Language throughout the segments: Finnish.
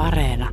Areena.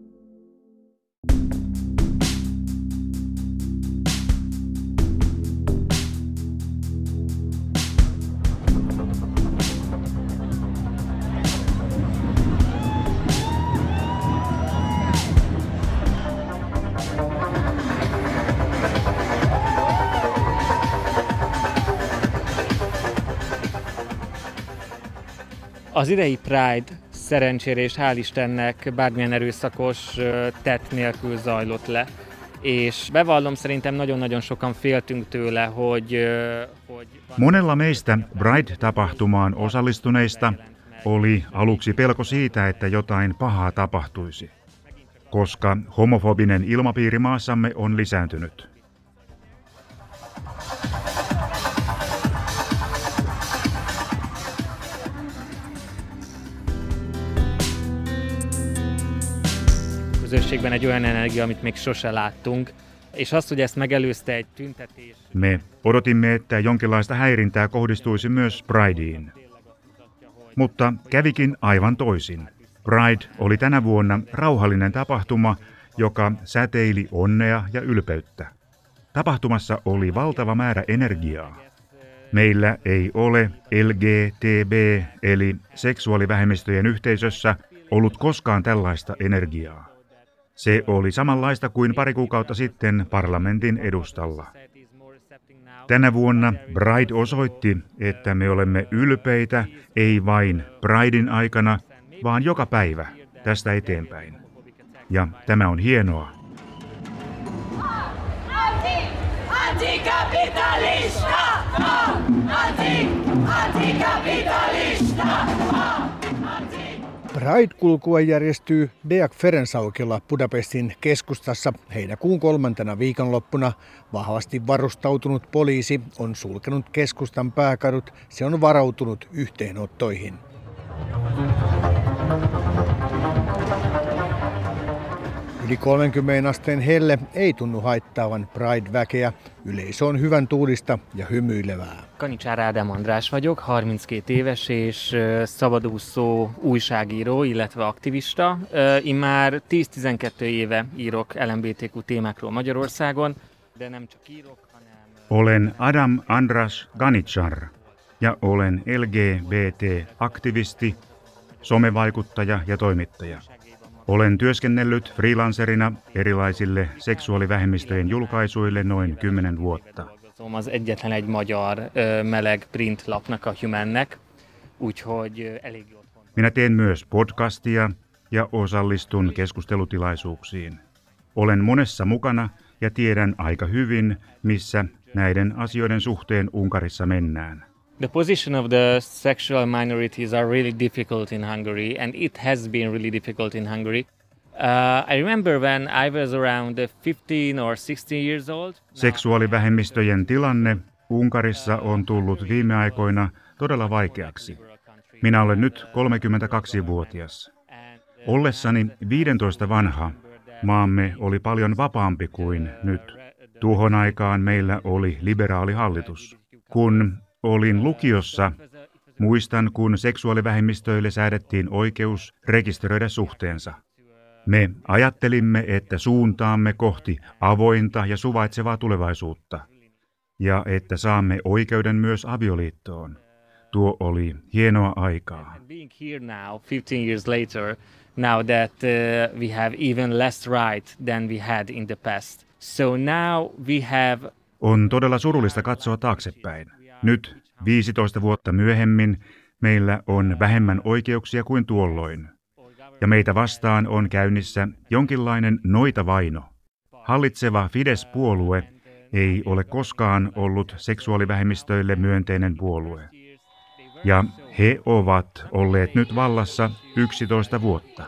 Az idei Pride szerencsére és hál' Istennek bármilyen erőszakos tett nélkül zajlott le. És bevallom, szerintem nagyon-nagyon sokan féltünk tőle, hogy Monella meistä Pride-tapahtumaan osallistuneista oli aluksi pelko siitä, että jotain pahaa tapahtuisi, koska homofobinen ilmapiiri maassamme on lisääntynyt. közösségben egy olyan energia, amit még sose láttunk, és azt, hogy ezt megelőzte egy tüntetés. Me odotimme, että jonkinlaista häirintää kohdistuisi myös Prideen. Mutta kävikin aivan toisin. Pride oli tänä vuonna rauhallinen tapahtuma, joka säteili onnea ja ylpeyttä. Tapahtumassa oli valtava määrä energiaa. Meillä ei ole LGTB eli seksuaalivähemmistöjen yhteisössä ollut koskaan tällaista energiaa. Se oli samanlaista kuin pari kuukautta sitten parlamentin edustalla. Tänä vuonna Pride osoitti, että me olemme ylpeitä ei vain Pridein aikana, vaan joka päivä tästä eteenpäin. Ja tämä on hienoa. Antikapitalista! Antikapitalista! Pride-kulkue järjestyy Beat Ferenczaukilla Budapestin keskustassa heinäkuun 3. viikonloppuna. Vahvasti varustautunut poliisi on sulkenut keskustan pääkadut. Se on varautunut yhteenottoihin. Yli 30 asteen helle ei tunnu haittaavan Pride-väkeä. Yleisö on hyvän tuulista ja hymyilevää. Kanicsár Ádám András vagyok, 32 éves és szabadúszó újságíró, illetve aktivista. Immár 10-12 éve írok LMBTQ témákról Magyarországon, de nem csak írok, hanem... Olen Adam Andras Kanicsár ja olen LGBT-aktivisti, somevaikuttaja ja toimittaja. Olen työskennellyt freelancerina erilaisille seksuaalivähemmistöjen julkaisuille noin 10 vuotta. Az egyetlen egy magyar meleg printlapnak a Humannek, úgyhogy elég jól. Minä teen myös podcastia ja osallistun keskustelutilaisuuksiin. Olen monessa mukana ja tiedän aika hyvin, missä näiden asioiden suhteen Unkarissa mennään. The position of the sexual minorities are really difficult in Hungary, and it has been really difficult in Hungary. I remember when I was around 15 or 16 years old. Seksuaalivähemmistöjen tilanne Unkarissa on tullut viime aikoina todella vaikeaksi. Minä olen nyt 32-vuotias. Ollessani 15 vanha maamme oli paljon vapaampi kuin nyt. Tuohon aikaan meillä oli liberaali hallitus. Kun olin lukiossa, muistan, kun seksuaalivähemmistöille säädettiin oikeus rekisteröidä suhteensa. Me ajattelimme, että suuntaamme kohti avointa ja suvaitsevaa tulevaisuutta, ja että saamme oikeuden myös avioliittoon. Tuo oli hienoa aikaa. Being here now, 15 years later, now that we have even less right than we had in the past. So now we have... On todella surullista katsoa taaksepäin. Nyt 15 vuotta myöhemmin meillä on vähemmän oikeuksia kuin tuolloin. Ja meitä vastaan on käynnissä jonkinlainen noitavaino. Hallitseva Fidesz-puolue ei ole koskaan ollut seksuaalivähemmistöille myönteinen puolue. Ja he ovat olleet nyt vallassa 11 vuotta.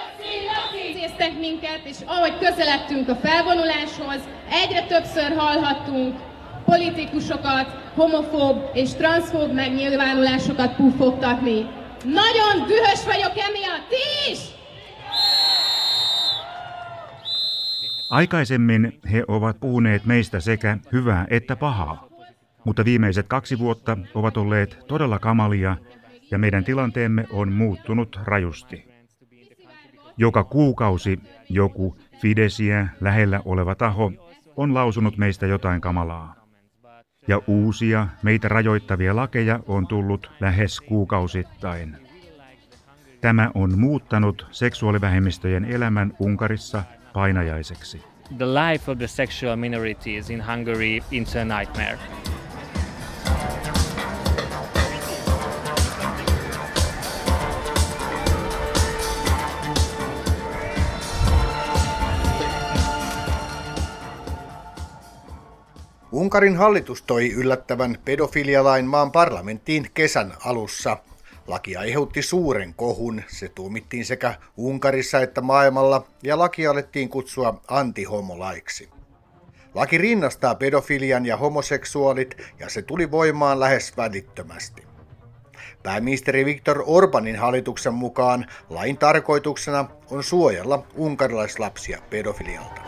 Minket, és ahogy közeledtünk a felvonuláshoz, egyre többször hallhattunk politikusokat, homofób és transzfób megnyilvánulásokat puffogtatni. Nagyon dühös vagyok emiatt, ti is! Aikaisemmin he ovat puhuneet meistä sekä hyvää että pahaa, mutta viimeiset 2 vuotta ovat olleet todella kamalia ja meidän tilanteemme on muuttunut rajusti. Joka kuukausi joku Fideshiä lähellä oleva taho on lausunut meistä jotain kamalaa. Ja uusia meitä rajoittavia lakeja on tullut lähes kuukausittain. Tämä on muuttanut seksuaalivähemmistöjen elämän Unkarissa painajaiseksi. The life of the sexual minorities in Hungary into a nightmare. Unkarin hallitus toi yllättävän pedofilialain maan parlamenttiin kesän alussa. Laki aiheutti suuren kohun, se tuomittiin sekä Unkarissa että maailmalla ja laki alettiin kutsua antihomolaiksi. Laki rinnastaa pedofilian ja homoseksuaalit ja se tuli voimaan lähes välittömästi. Pääministeri Viktor Orbanin hallituksen mukaan lain tarkoituksena on suojella unkarilaislapsia pedofilialta.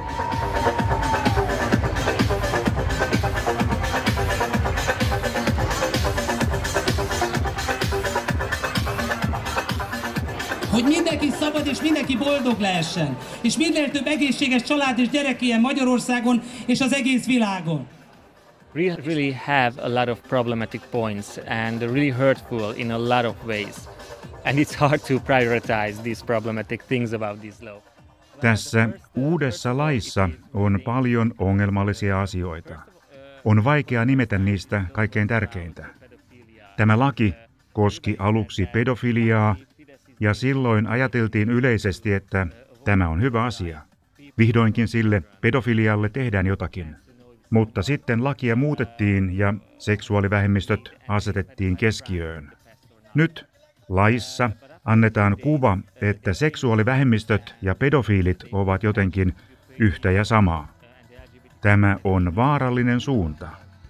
Hogy mindenki szabad és mindenki boldog lehessen, és minél több egészséges család és gyerek éljen Magyarországon és az egész világon. We really have a lot of problematic points and really hurtful in a lot of ways. And it's hard to prioritize these problematic things about this law. Tässä uudessa laissa on paljon ongelmallisia asioita. On vaikea nimetä niistä kaikkein tärkeintä. Tämä laki koski aluksi pedofiliaa, ja silloin ajateltiin yleisesti, että tämä on hyvä asia. Vihdoinkin sille pedofilialle tehdään jotakin. Mutta sitten lakia muutettiin ja seksuaalivähemmistöt asetettiin keskiöön. Nyt laissa annetaan kuva, että seksuaalivähemmistöt ja pedofiilit ovat jotenkin yhtä ja samaa. Tämä on vaarallinen suunta.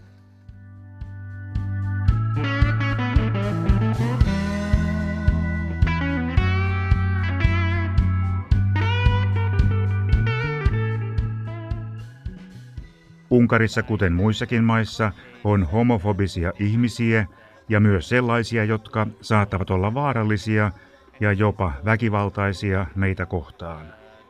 Unkarissa, kuten muissakin maissa, on homofobisia ihmisiä ja myös sellaisia, jotka saattavat olla vaarallisia ja jopa väkivaltaisia meitä kohtaan.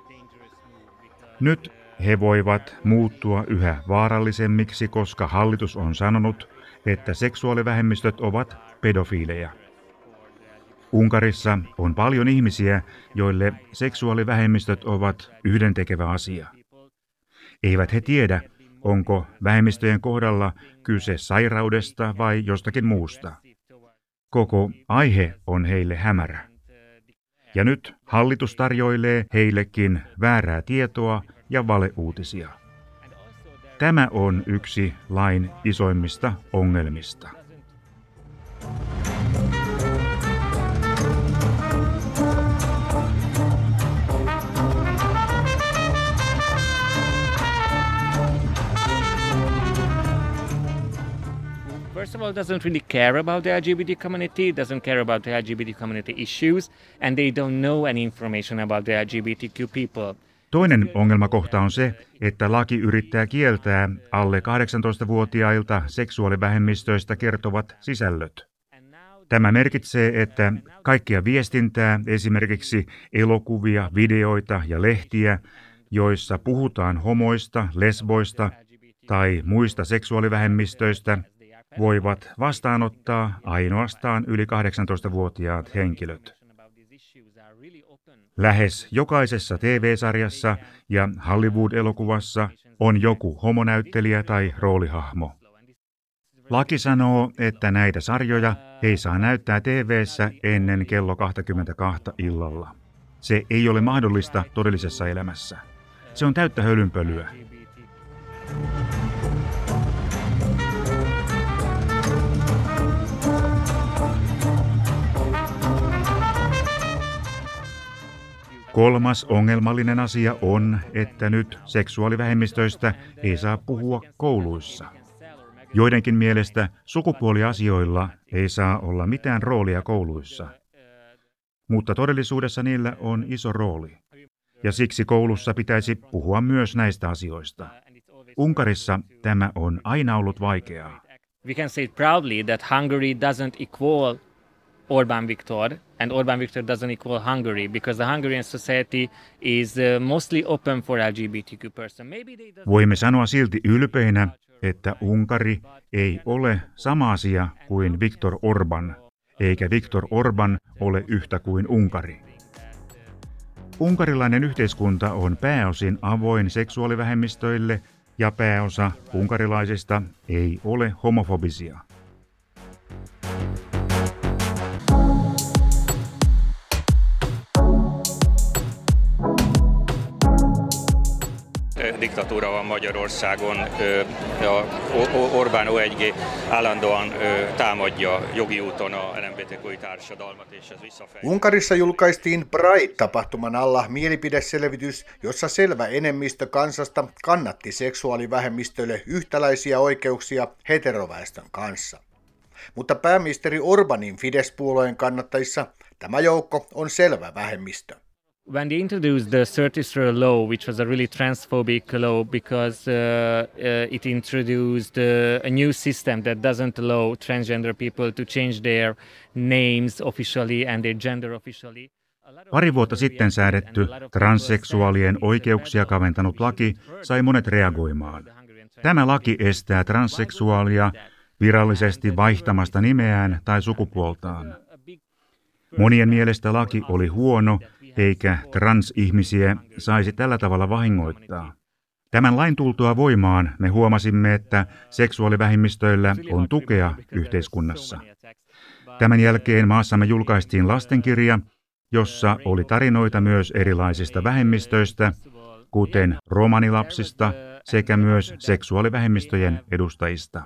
Nyt he voivat muuttua yhä vaarallisemmiksi, koska hallitus on sanonut, että seksuaalivähemmistöt ovat pedofiileja. Unkarissa on paljon ihmisiä, joille seksuaalivähemmistöt ovat yhdentekevä asia. Eivät he tiedä, onko vähemmistöjen kohdalla kyse sairaudesta vai jostakin muusta. Koko aihe on heille hämärä. Ja nyt hallitus tarjoilee heillekin väärää tietoa ja valeuutisia. Tämä on yksi lain isoimmista ongelmista. First of all, doesn't really care about the LGBT community, doesn't care about the LGBT community issues, and they don't know any information about the LGBTQ people. Toinen ongelmakohta on se, että laki yrittää kieltää alle 18-vuotiailta seksuaalivähemmistöistä kertovat sisällöt. Tämä merkitsee, että kaikkia viestintää, esimerkiksi elokuvia, videoita ja lehtiä, joissa puhutaan homoista, lesboista tai muista seksuaalivähemmistöistä, voivat vastaanottaa ainoastaan yli 18-vuotiaat henkilöt. Lähes jokaisessa TV-sarjassa ja Hollywood-elokuvassa on joku homonäyttelijä tai roolihahmo. Laki sanoo, että näitä sarjoja ei saa näyttää TV:ssä ennen kello 22 illalla. Se ei ole mahdollista todellisessa elämässä. Se on täyttä hölynpölyä. Kolmas ongelmallinen asia on, että nyt seksuaalivähemmistöistä ei saa puhua kouluissa. Joidenkin mielestä sukupuoliasioilla ei saa olla mitään roolia kouluissa. Mutta todellisuudessa niillä on iso rooli. Ja siksi koulussa pitäisi puhua myös näistä asioista. Unkarissa tämä on aina ollut vaikeaa. We can say proudly that Hungary doesn't equal Orbán Viktor, and Orbán Viktor doesn't equal Hungary, because the Hungarian society is mostly open for LGBTQ person. Voimme sanoa silti ylpeinä, että Unkari ei ole sama asia kuin Viktor Orbán, eikä Viktor Orbán ole yhtä kuin Unkari. Unkarilainen yhteiskunta on pääosin avoin seksuaalivähemmistöille ja pääosa unkarilaisista ei ole homofobisia. Diktatúra van Magyarországon, Orbán OEG állandóan támadja jogi úton a LMBTQI társadalmat, és ez visszafejlődik. Unkarissa julkaistiin Pride-tapahtuman alla mielipideselvitys, jossa selvä enemmistö kansasta kannatti seksuaalivähemmistöille yhtäläisiä oikeuksia heteroväestön kanssa. Mutta pääministeri Orbanin Fidesz-puolueen kannattajissa tämä joukko on selvä vähemmistö. When they introduced the Certisra law, which was a really transphobic law because it introduced a new system that doesn't allow transgender people to change their names officially and their gender officially. Pari vuotta sitten säädetty transseksuaalien oikeuksia kaventanut laki sai monet reagoimaan. Tämä laki estää transseksuaalia virallisesti vaihtamasta nimeään tai sukupuoltaan. Monien mielestä laki oli huono, eikä transihmisiä saisi tällä tavalla vahingoittaa. Tämän lain tultua voimaan me huomasimme, että seksuaalivähemmistöillä on tukea yhteiskunnassa. Tämän jälkeen maassamme julkaistiin lastenkirja, jossa oli tarinoita myös erilaisista vähemmistöistä, kuten romanilapsista sekä myös seksuaalivähemmistöjen edustajista.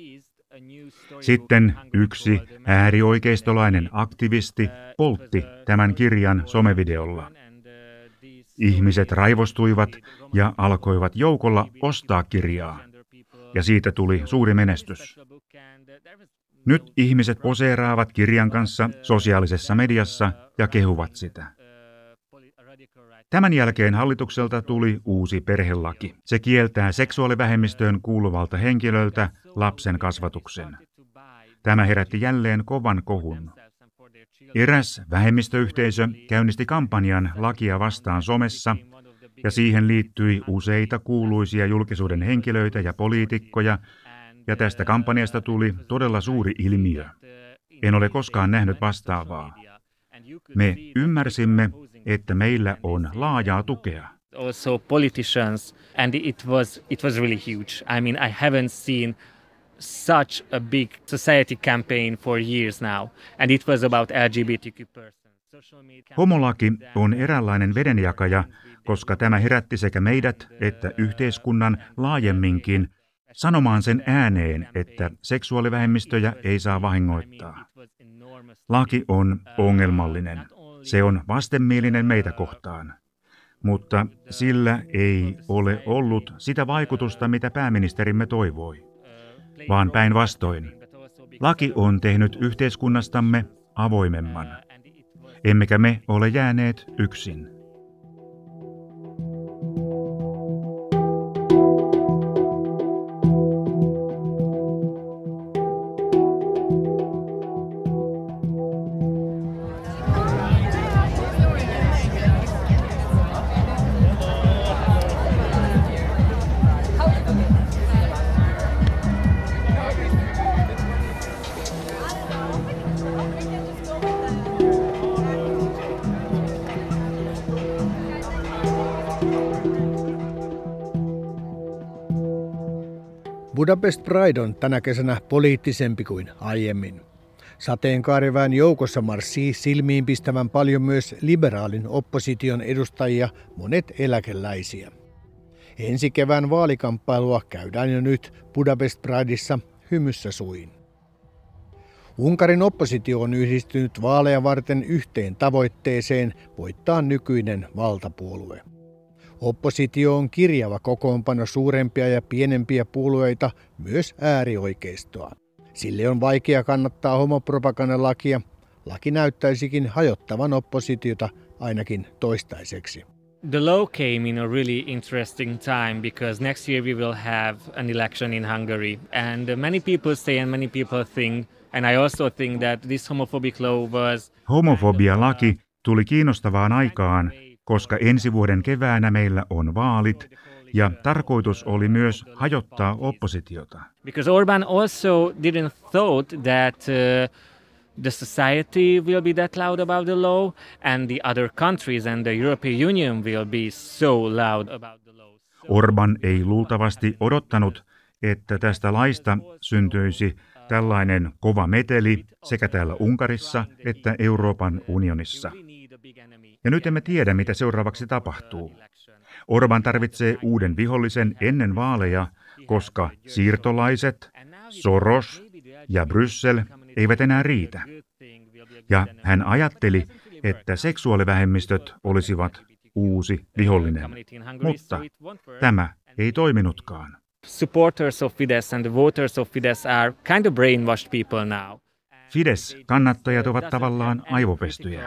Sitten yksi äärioikeistolainen aktivisti poltti tämän kirjan somevideolla. Ihmiset raivostuivat ja alkoivat joukolla ostaa kirjaa, ja siitä tuli suuri menestys. Nyt ihmiset poseeraavat kirjan kanssa sosiaalisessa mediassa ja kehuvat sitä. Tämän jälkeen hallitukselta tuli uusi perhelaki. Se kieltää seksuaalivähemmistöön kuuluvalta henkilöltä lapsen kasvatuksen. Tämä herätti jälleen kovan kohun. Eräs vähemmistöyhteisö käynnisti kampanjan lakia vastaan somessa, ja siihen liittyi useita kuuluisia julkisuuden henkilöitä ja poliitikkoja, ja tästä kampanjasta tuli todella suuri ilmiö. En ole koskaan nähnyt vastaavaa. Me ymmärsimme, että meillä on laajaa tukea. Also politicians, and it was really huge. I mean, I haven't seen such a big society campaign for years now, and it was about LGBTQ persons. Homolaki on eräänlainen vedenjakaja, koska tämä herätti sekä meidät että yhteiskunnan laajemminkin sanomaan sen ääneen, että seksuaalivähemmistöjä ei saa vahingoittaa. Laki on ongelmallinen. Se on vastenmielinen meitä kohtaan. Mutta sillä ei ole ollut sitä vaikutusta, mitä pääministerimme toivoi, vaan päinvastoin. Laki on tehnyt yhteiskunnastamme avoimemman. Emmekä me ole jääneet yksin. Budapest Pride on tänä kesänä poliittisempi kuin aiemmin. Sateenkaariväen joukossa marssii silmiinpistävän paljon myös liberaalin opposition edustajia, monet eläkeläisiä. Ensi kevään vaalikamppailua käydään jo nyt Budapest Prideissa hymyssä suin. Unkarin oppositio on yhdistynyt vaaleja varten yhteen tavoitteeseen voittaa nykyinen valtapuolue. Oppositio on kirjava kokoonpano suurempia ja pienempiä puolueita, myös äärioikeistoa. Sille on vaikea kannattaa homopropagandalakia. Laki näyttäisikin hajottavan oppositiota ainakin toistaiseksi. The law came in a really interesting time because next year we will have an election in Hungary, and many people say and many people think And I also think that this homophobic law was... Homofobialaki tuli kiinnostavaan aikaan, koska ensi vuoden keväänä meillä on vaalit, ja tarkoitus oli myös hajottaa oppositiota. Because Orban also didn't thought that the society will be that loud about the law, and the other countries and the European Union will be so loud about the law. Orban ei luultavasti odottanut, että tästä laista syntyisi tällainen kova meteli sekä täällä Unkarissa että Euroopan unionissa. Ja nyt emme tiedä, mitä seuraavaksi tapahtuu. Orban tarvitsee uuden vihollisen ennen vaaleja, koska siirtolaiset, Soros ja Bryssel eivät enää riitä. Ja hän ajatteli, että seksuaalivähemmistöt olisivat uusi vihollinen. Mutta tämä ei toiminutkaan. Supporters of Fidesz and the voters of Fidesz are kind of brainwashed people now. Fidesz-kannattajat ovat tavallaan aivopestyjä.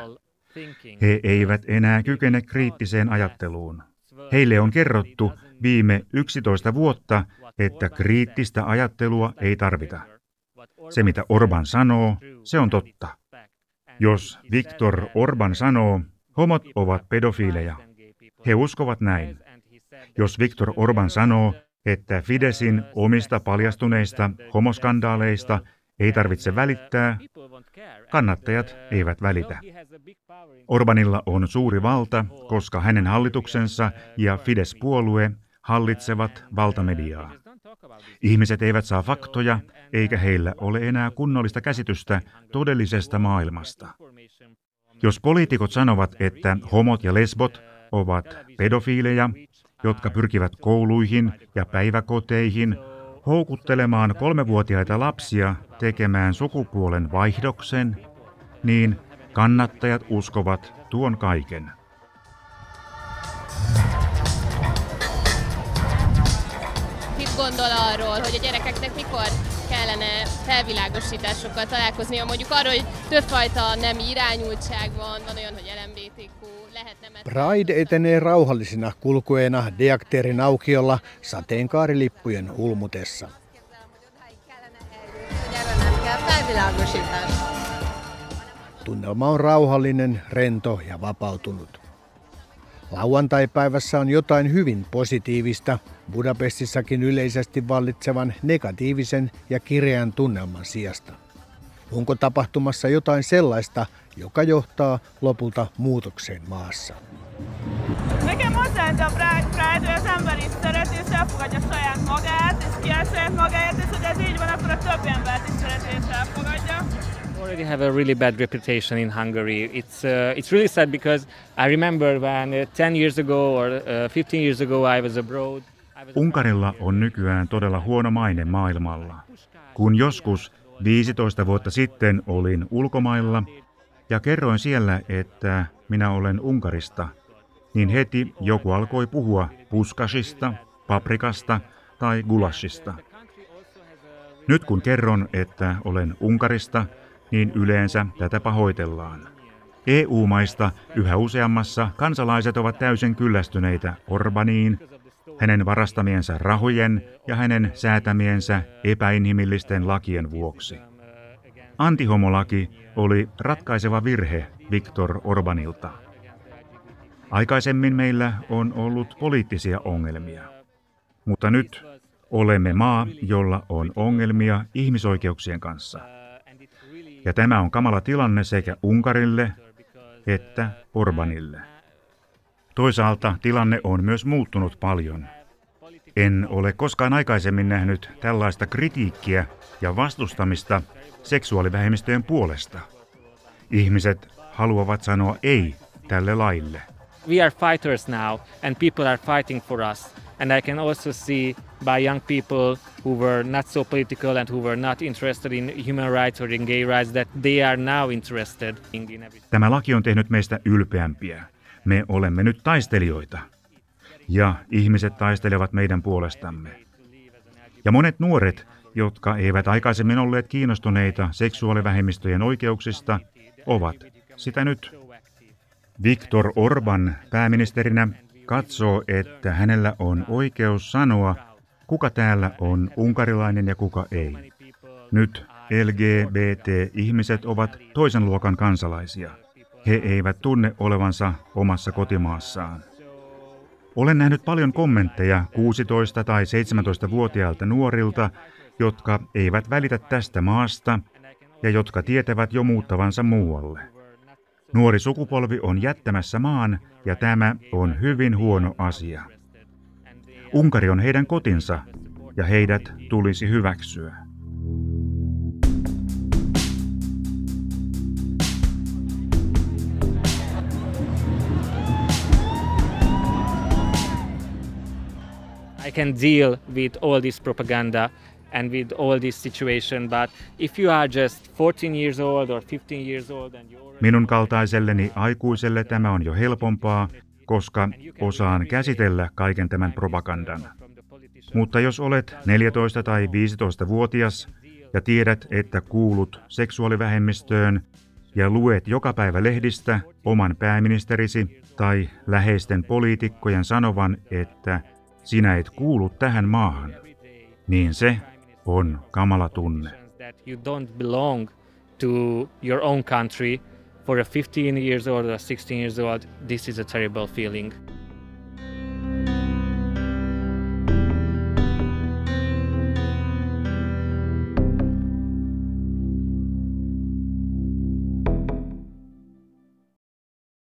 He eivät enää kykene kriittiseen ajatteluun. Heille on kerrottu viime 11 vuotta, että kriittistä ajattelua ei tarvita. Se, mitä Orban sanoo, se on totta. Jos Viktor Orban sanoo, homot ovat pedofiileja, he uskovat näin. Jos Viktor Orban sanoo, että Fideszin omista paljastuneista homoskandaaleista ei tarvitse välittää, kannattajat eivät välitä. Orbanilla on suuri valta, koska hänen hallituksensa ja Fidesz-puolue hallitsevat valtamediaa. Ihmiset eivät saa faktoja, eikä heillä ole enää kunnollista käsitystä todellisesta maailmasta. Jos poliitikot sanovat, että homot ja lesbot ovat pedofiileja, jotka pyrkivät kouluihin ja päiväkoteihin houkuttelemaan 3-vuotiaita lapsia tekemään sukupuolen vaihdoksen, niin kannattajat uskovat tuon kaiken. Mit gondol arról, hogy a gyerekeknek mikor kellene felvilágosításokkal találkoznia, mondjuk arról, hogy többfajta nemi irányultság van olyan, hogy LMBTQ, lehetne... Pride etenee rauhallisena kulkueena Deakterin aukiolla sateenkaarilippujen hulmutessa. Tunnelma on rauhallinen, rento ja vapautunut. Lauantaipäivässä on jotain hyvin positiivista Budapestissakin yleisesti vallitsevan negatiivisen ja kireän tunnelman sijasta. Onko tapahtumassa jotain sellaista, joka johtaa lopulta muutokseen maassa? Nekem azt jelenti a Pride, hogy az ember is szereti, és elfogadja saját magát, és kiáll saját magáért, és hogy ez így van, akkor a többi embert is szereti, és elfogadja. Already have a really bad reputation in Hungary. It's really sad because I remember when 10 years ago or 15 years ago I was abroad. Unkarilla on nykyään todella huono maine maailmalla. Kun joskus 15 vuotta sitten olin ulkomailla ja kerroin siellä, että minä olen Unkarista, niin heti joku alkoi puhua puskasista, paprikasta tai gulashista. Nyt kun kerron, että olen Unkarista, niin yleensä tätä pahoitellaan. EU-maista yhä useammassa kansalaiset ovat täysin kyllästyneitä Orbaniin, hänen varastamiensa rahojen ja hänen säätämiensä epäinhimillisten lakien vuoksi. Antihomolaki oli ratkaiseva virhe Viktor Orbanilta. Aikaisemmin meillä on ollut poliittisia ongelmia, mutta nyt olemme maa, jolla on ongelmia ihmisoikeuksien kanssa. Ja tämä on kamala tilanne sekä Unkarille että Orbanille. Toisaalta tilanne on myös muuttunut paljon. En ole koskaan aikaisemmin nähnyt tällaista kritiikkiä ja vastustamista seksuaalivähemmistöjen puolesta. Ihmiset haluavat sanoa ei tälle laille. We are fighters now and people are fighting for us. And I can also see by young people who were not so political and who were not interested in human rights or in gay rights that they are now interested in everything. Tämä laki on tehnyt meistä ylpeämpiä. Me olemme nyt taistelijoita. Ja ihmiset taistelevat meidän puolestamme. Ja monet nuoret, jotka eivät aikaisemmin olleet kiinnostuneita seksuaalivähemmistöjen oikeuksista, ovat sitä nyt. Viktor Orban pääministerinä katsoo, että hänellä on oikeus sanoa, kuka täällä on unkarilainen ja kuka ei. Nyt LGBT-ihmiset ovat toisen luokan kansalaisia. He eivät tunne olevansa omassa kotimaassaan. Olen nähnyt paljon kommentteja 16- tai 17-vuotiailta nuorilta, jotka eivät välitä tästä maasta ja jotka tietävät jo muuttavansa muualle. Nuori sukupolvi on jättämässä maan ja tämä on hyvin huono asia. Unkari on heidän kotinsa ja heidät tulisi hyväksyä. I can deal with all this propaganda and with all this situation, but if you are just 14 years old or 15 years old and you're... Minun kaltaiselleni aikuiselle tämä on jo helpompaa, koska osaan käsitellä kaiken tämän propagandan. Mutta jos olet 14 tai 15-vuotias ja tiedät, että kuulut seksuaalivähemmistöön ja luet joka päivä lehdistä oman pääministerisi tai läheisten poliitikkojen sanovan, että sinä et kuulu tähän maahan, niin se on kamala tunne. You don't belong to your own country for a 15 years old or 16 years old. This is a terrible feeling.